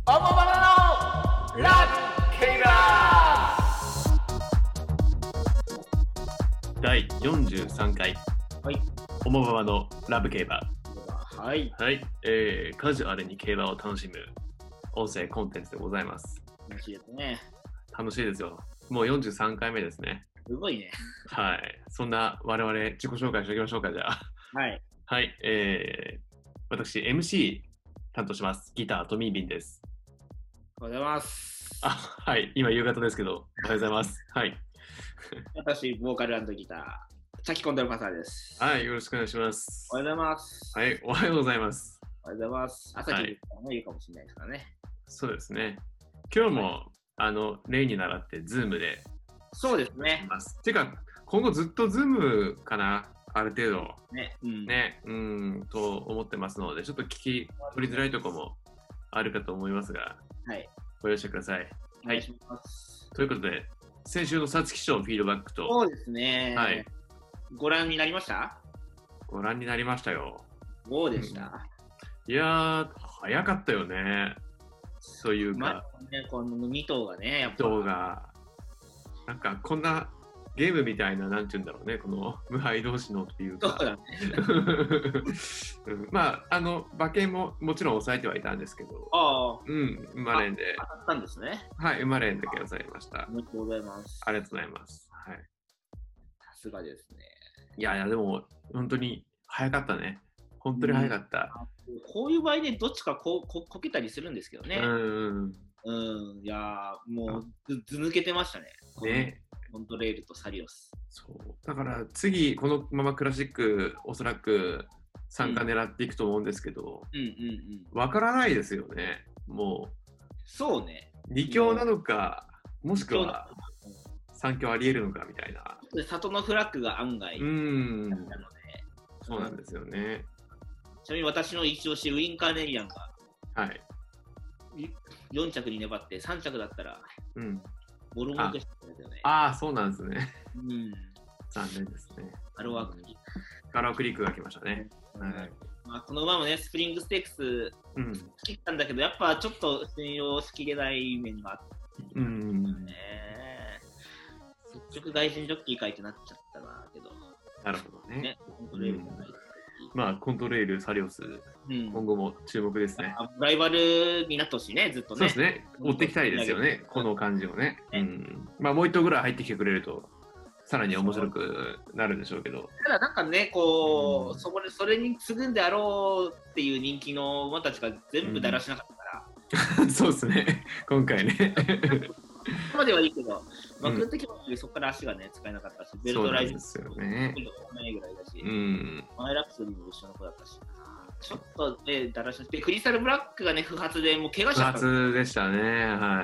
オモバナのラブケイラー第43回、 はい、 オモババのラブ競馬。 はい、 はい、カジュアルに競馬を楽しむ音声コンテンツでございます。 楽しいですね。 楽しいですよ。もう43回目ですね。 すごいね。 はい。そんな我々自己紹介しておきましょうか、じゃあ。 はい。 はい、私 MC 担当します。ギタートミービンです。 おはようございます。 はい、今夕方ですけど、おはようございます。はい。 私、ボーカル&ギター、チャキコンドルマサーです。 はい、よろしくお願いします。 おはようございます。 はい、おはようございます。 おはようございます。朝聞いてる人もいるかもしれないですからね。 そうですね。今日も、例に倣ってズームで。 そうですね。 てか、今後ずっとズームかな、ある程度。 ね。 と思ってますので、ちょっと聞き取りづらいところもあるかと思いますが、 はい。 ご容赦ください。 お願いします。 ということで、先週の皐月賞フィードバックと、 そうですね。 はい。 ご覧になりました？ ご覧になりましたよ。 どうでした？ いやー、早かったよね。そういうか、 この2頭がね、やっぱ。 動画、なんかこんなゲームみたいな、なんていうんだろうね、この無敗同士のっていうか。 そうだね。 まあ、馬券ももちろん抑えてはいたんですけど、馬連で。 当たったんですね。 はい、馬連だけ抑えました。 おめでとうございます。 ありがとうございます。はい。 さすがですね。 いや、でも、本当に早かったね。本当に早かった。 こういう場合でどっちかこけたりするんですけどね。いやもうず抜けてましたね。 ね。 モントレールとサリオス。 そう。だから次、このままクラシック、おそらく参加狙っていくと思うんですけど、わからないですよね。もう。 そうね。 2強なのか、もしくは3強ありえるのかみたいな。 里のフラッグが案外だったので。 そうなんですよね。 ちなみに私の一押し、ウィンカーネリアンが、 はい、 4着に粘って3着だったら、ボロモンでしたよね。 そうなんですね。残念ですね。 ガロワクリックが来ましたね。 この馬もね、スプリングステークス切ったんだけど、やっぱちょっと信用しきれない面があってね。結局外人ジョッキーかいってなっちゃったなけど。 なるほどね。 コントレールサリオス、今後も注目ですね。 ライバルになってほしいね、ずっとね。 そうですね。追っていきたいですよね、この感じをね。もう一頭ぐらい入ってきてくれると、さらに面白くなるんでしょうけど。 ただなんかね、こう、それに次ぐんであろうっていう人気の馬たちが全部だらしなかったから。そうですね、今回ね。 そこまではいいけど、マクン的にそこから足がね、使えなかったし、ベルトライズですよね。 ないぐらいだし、マイラプソディも後ろの子だったし、ちょっとね、だらしなくて、クリスタルブラックがね、不発で、もう怪我しちゃった。 不発でしたね、はい。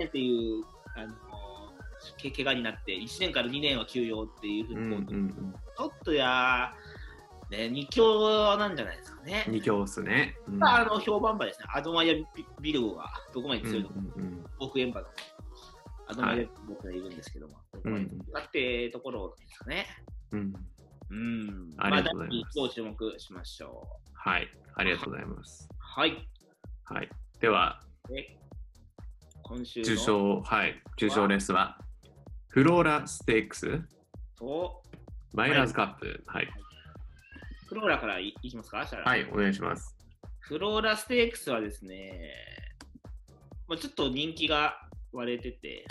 っていう、怪我になって、1年から2年は休養っていうふうに、ちょっとね、2強なんじゃないですかね。 2強っすね。 評判馬ですね。アドマイア・ビルゴがどこまで強いのか、僕エンバのアドマイア・ビルゴがいるんですけども、どこまで強いかってところですかね。 ありがとうございます。 どう注目しましょう。 はい、ありがとうございます。 はい。 では、 今週の重賞レースは、フローラステークスとマイラーズカップ。 フローラからいきますか？ はい、お願いします。 フローラステークスはですね、ちょっと人気が割れてて、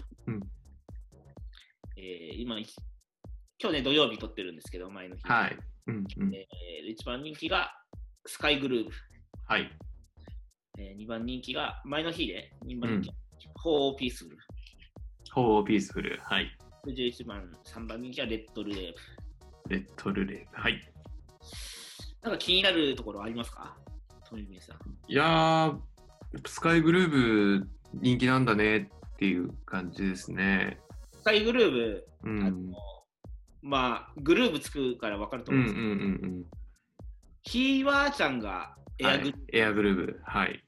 今日ね、土曜日撮ってるんですけど、前の日。1番人気がスカイグルーブ。2番人気が前の日で、2番人気ホーピースフル。 ホーピースフル。 11番、3番人気はレッドルレーブ。なんか気になるところありますか？ いやー、スカイグルーブ人気なんだねっていう感じですね。 スカイグルーブ、グルーブつくから分かると思うんですけど、ひいばあちゃんがエアグルーブ。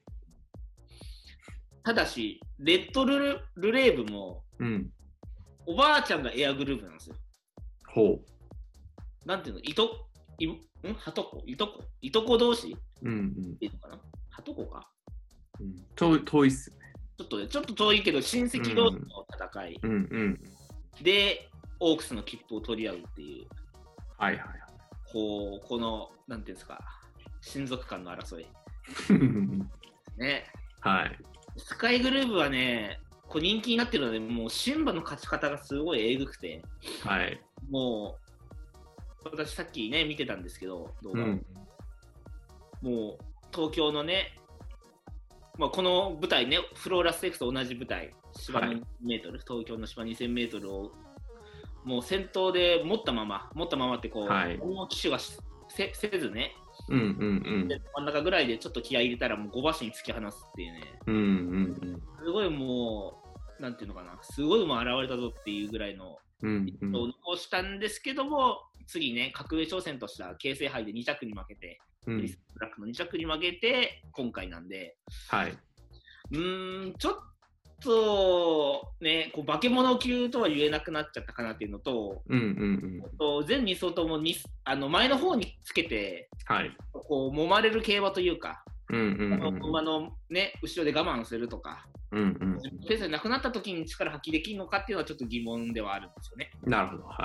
ただし、レッドルレーブも、おばあちゃんがエアグルーブなんですよ。なんていうの、いとこ同士っていうのかな？はとこか遠いっすね。 ちょっと遠いけど、親戚同士の戦い、で、オークスの切符を取り合うっていう、この、なんていうんですか、親族間の争い。ね。スカイグルーヴはね、人気になってるので、もうシンバの勝ち方がすごいえぐくて、もう、私さっきね、見てたんですけど、動画を。もう、東京のね、この舞台ね、フローラステークスと同じ舞台、芝2メートル、東京の芝2000メートルを、もう先頭で持ったままってこう、機種がせずね、真ん中ぐらいでちょっと気合い入れたらもう5馬身突き放すっていうね、すごいもう、なんていうのかな、すごい馬現れたぞっていうぐらいのを残したんですけども、次ね、格上挑戦とした京成杯で2着に負けて、ブラックの2着に負けて、今回なんで、ちょっとね、化け物級とは言えなくなっちゃったかなっていうのと、全2走とも前の方につけて、こう揉まれる競馬というか、馬の、ね、後ろで我慢するとか、ペースがなくなった時に力発揮できるのかっていうのはちょっと疑問ではあるんですよね。 なるほど、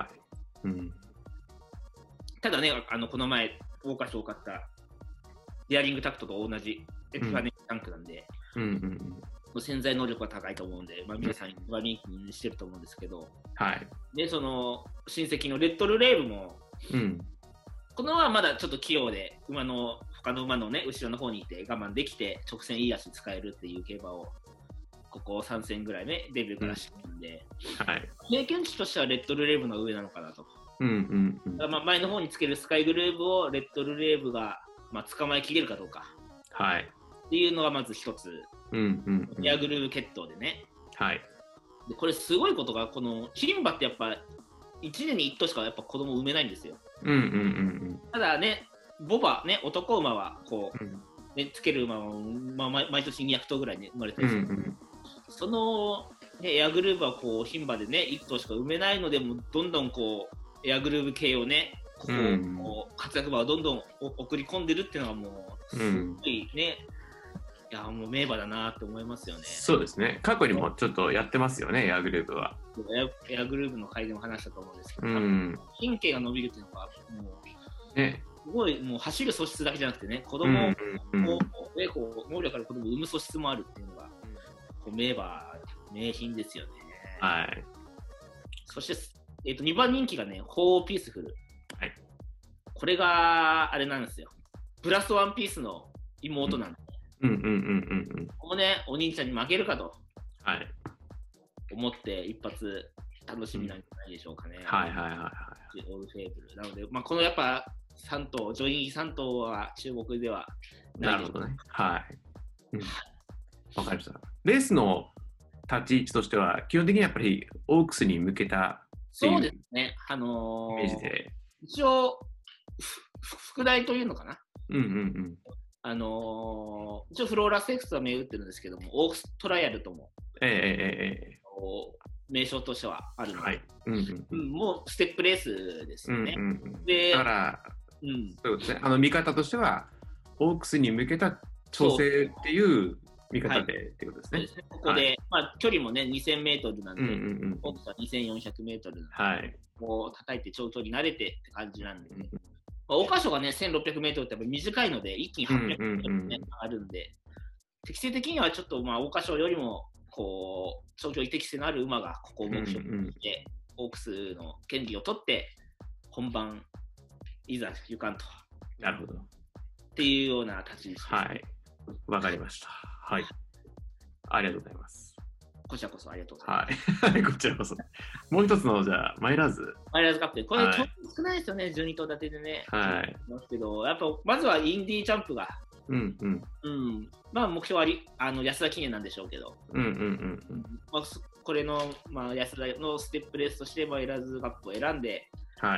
ただね、この前、桜花賞を買ったデアリングタクトと同じエピファネタンクなんで、潜在能力が高いと思うんで、皆さん一番人気にしてると思うんですけど、で、その親戚のレッドルレーブも、このはまだちょっと器用で、他の馬のね、後ろの方にいて我慢できて、直線いい足使えるっていう競馬を、ここ3戦ぐらいね、デビューからしてるんで、経験値としてはレッドルレーブの上なのかなと。前の方につけるスカイグルーブをレッドルレーブが、捕まえきれるかどうか。っていうのがまず一つ。エアグルーブ決闘でね。でこれすごいことが、この牝馬ってやっぱ1年に1頭しかやっぱ子供産めないんですよ。ただね、ボバね、男馬はこう、ね、つける馬は、毎年200頭ぐらいね生まれてるんですよ。その、ね、エアグルーブはこう牝馬でね1頭しか産めないので、もどんどんこうエアグルーブ系をね、こう活躍馬をどんどん送り込んでるっていうのがもうすごいね。いやもう名馬だなって思いますよね。 そうですね。過去にもちょっとやってますよね、エアグルーヴは。 エアグルーヴの回でも話したと思うんですけど、神経が伸びるっていうのがもう、ね、すごいもう走る素質だけじゃなくてね、子供を能力ある子供を産む素質もあるっていうのが、こう名品ですよね。そして、2番人気がね、ホーピースフル。これがあれなんですよ。プラスワンピースの妹なんです。ここもね、お兄ちゃんに負けるかと思って一発楽しみなんじゃないでしょうかね。オールフェーブルなので、このやっぱ3頭、上位3頭は中国ではないでしょう。 なるほどね。わかりました。レースの立ち位置としては、基本的にやっぱりオークスに向けたっていうイメージで。 一応、副題というのかな。一応フローラステークスは銘打ってるんですけども、オークストライアルとも、名称としてはあるので、もうステップレースですよね。 だから、そうですね、見方としては、オークスに向けた調整っていう見方でってことですね。 ここで、距離もね、2000メートルなんで、オークスは2400メートルなんで、もう叩いて長距離慣れてって感じなんで、桜花賞がね、1600メートルってやっぱ短いので、一気に800メートルね、あるんで、適正的にはちょっと桜花賞よりも、こう、長距離適性のある馬がここを目標にして、オークスの権利を取って、本番、いざ行かんと。 なるほど。 っていうような立ち位置です。 わかりました。ありがとうございます。 こちらこそありがとうございます。こちらこそ。もう一つの、じゃあ、マイラーズカップ。これ、少ないですよね、12頭立てでね。ですけど、やっぱ、まずはインディージャンプが。目標は安田記念なんでしょうけど。これの、安田のステップレースとして、マイラーズカップを選んで、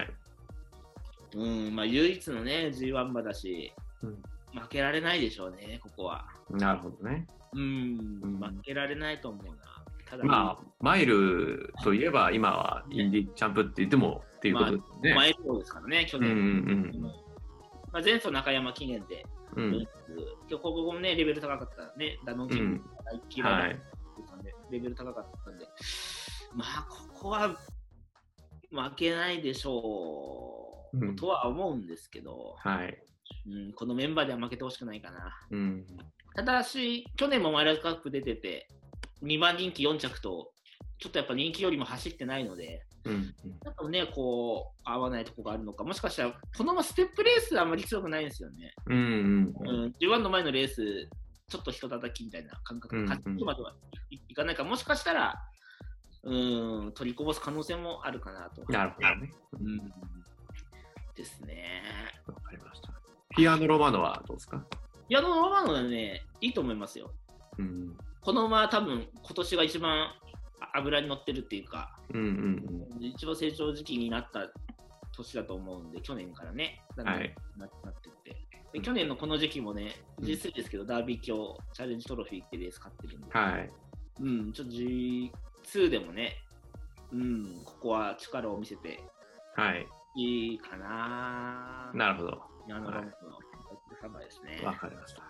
唯一のね、G1 馬だし、負けられないでしょうね、ここは。 なるほどね。 負けられないと思うな。ただマイルといえば今はインディチャンプって言ってもっていうことですね。 マイルですからね、去年。前走中山記念でここもね、レベル高かったね。ダノンキング、はい、レベル高かったんで、まあ、ここは負けないでしょう、とは思うんですけど、 はい、 このメンバーでは負けてほしくないかな。ただし、去年もマイラーズカップ出てて、2番人気4着と、ちょっとやっぱ人気よりも走ってないので、なんかね、こう、合わないところがあるのか、もしかしたら、このステップレースはあまり強くないんですよね。G1 の前のレース、ちょっと人叩きみたいな感覚、勝ちまではいかないか、もしかしたら、取りこぼす可能性もあるかなと。 なるほどね。 ですね。 わかりました。ピアノロマノはどうですか？ ピアノロマノはね、いいと思いますよ。この馬は多分、今年が一番油に乗ってるっていうか、一番成長時期になった年だと思うんで、去年からね、なってってで、去年のこの時期もね、G3 ですけど、ダービー卿チャレンジトロフィーってレース勝ってるんで、ちょっと G2 でもね、ここは力を見せていいかな。 なるほど。 ですね。 わかりました。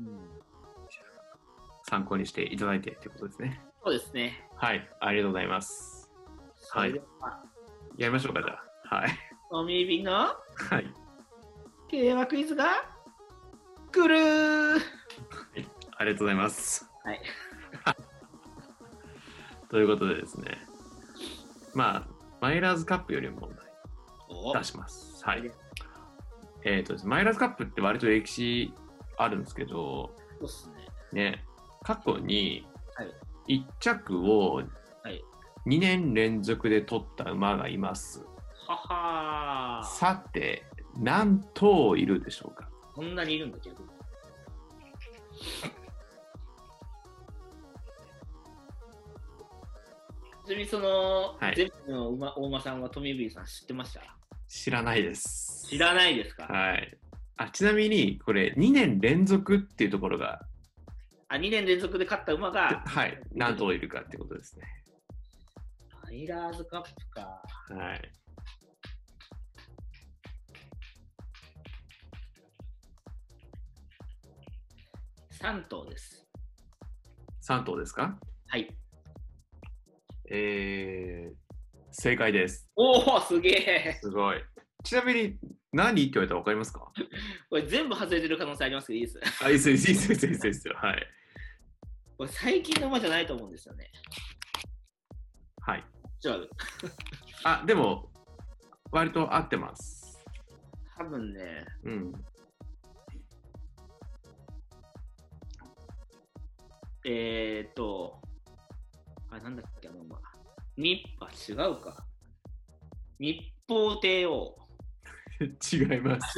参考にしていただいてということですね。 そうですね。 はい、ありがとうございます。はい。やりましょうか、じゃあ。はい。 トミービンの競馬クイズが来るー。はい、 ありがとうございます。 はい。 ということでですね、まあ、マイラーズカップよりも問題出します。はい。マイラーズカップって割と歴史あるんですけど、 そうっすね。 ね、過去に1着を2年連続で取った馬がいます。 ははー。 さて、何頭いるでしょうか？ こんなにいるんだけど。ちなみにその、全部の大馬さんはトミー・ビーさん知ってました？ 知らないです。 知らないですか？ はい。ちなみにこれ2年連続っていうところが 2年連続で勝った馬が何頭いるかってことですね。 マイラーズカップか。 はい。 3頭です。 3頭ですか？ はい。 正解です。 おお、すげえ。 すごい。ちなみに何って言われたら分かりますか？ これ全部外れてる可能性ありますけどいいです。 いいですよ。はい。 これ最近の馬じゃないと思うんですよね。 はい。 違う。 でも割と合ってます。 多分ね。なんだっけ、馬。違うか。日報帝王。 違います。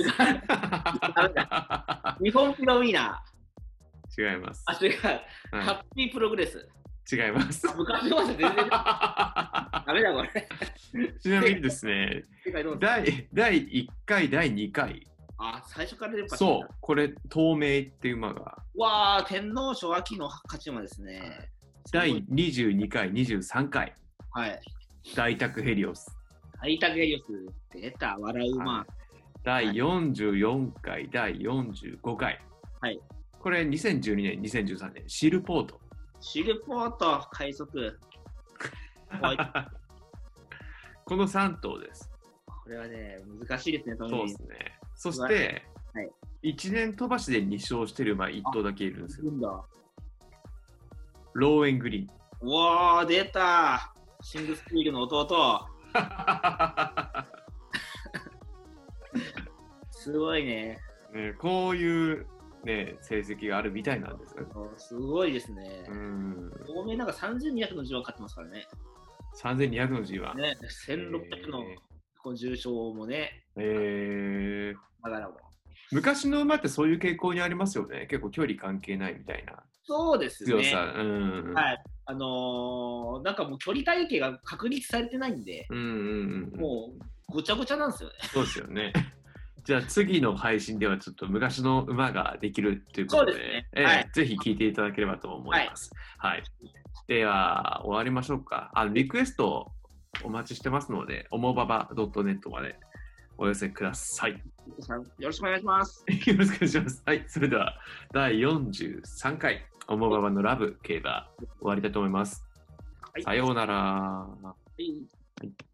日本ピロウィーナー。違います。 違う。ハッピープログレス。 違います。 昔の馬じゃ全然ダメだこれ。 ちなみにですね、第1回、第2回。 最初から出るか。 そう、これ、東明っていう馬が。 わー、天皇賞秋の勝ち馬ですね。 第22回、23回。 はい。 大宅ヘリオス。 大宅ヘリオス、出た、笑う馬。 第44回、第45回。 はい。 これ、2012年、2013年、シルポート。 シルポート、快速。 この3頭です。 これはね、難しいですね、 そうですね。そして、1年飛ばしで2勝してる馬1頭だけいるんですよ。ローエングリーン。 うわー、出た。シングスピールの弟。すごいね。 こういうね、成績があるみたいなんです。 すごいですね。多めなんか3200の G1 勝ってますからね。 3200の G1。 ね、1600の重賞もね。だからも昔の馬ってそういう傾向にありますよね。結構距離関係ないみたいな。 そうですね。 強さ。 はい。なんかもう距離体系が確立されてないんで、もうごちゃごちゃなんですよね。 そうですよね。じゃあ次の配信ではちょっと昔の馬ができるということで、ぜひ聞いていただければと思います。はい。では終わりましょうか。リクエストお待ちしてますので、おもばば .net までお寄せください。 よろしくお願いします。 よろしくお願いします。はい、それでは第43回、オモババのラブ競馬終わりたいと思います。はい、さようなら。はい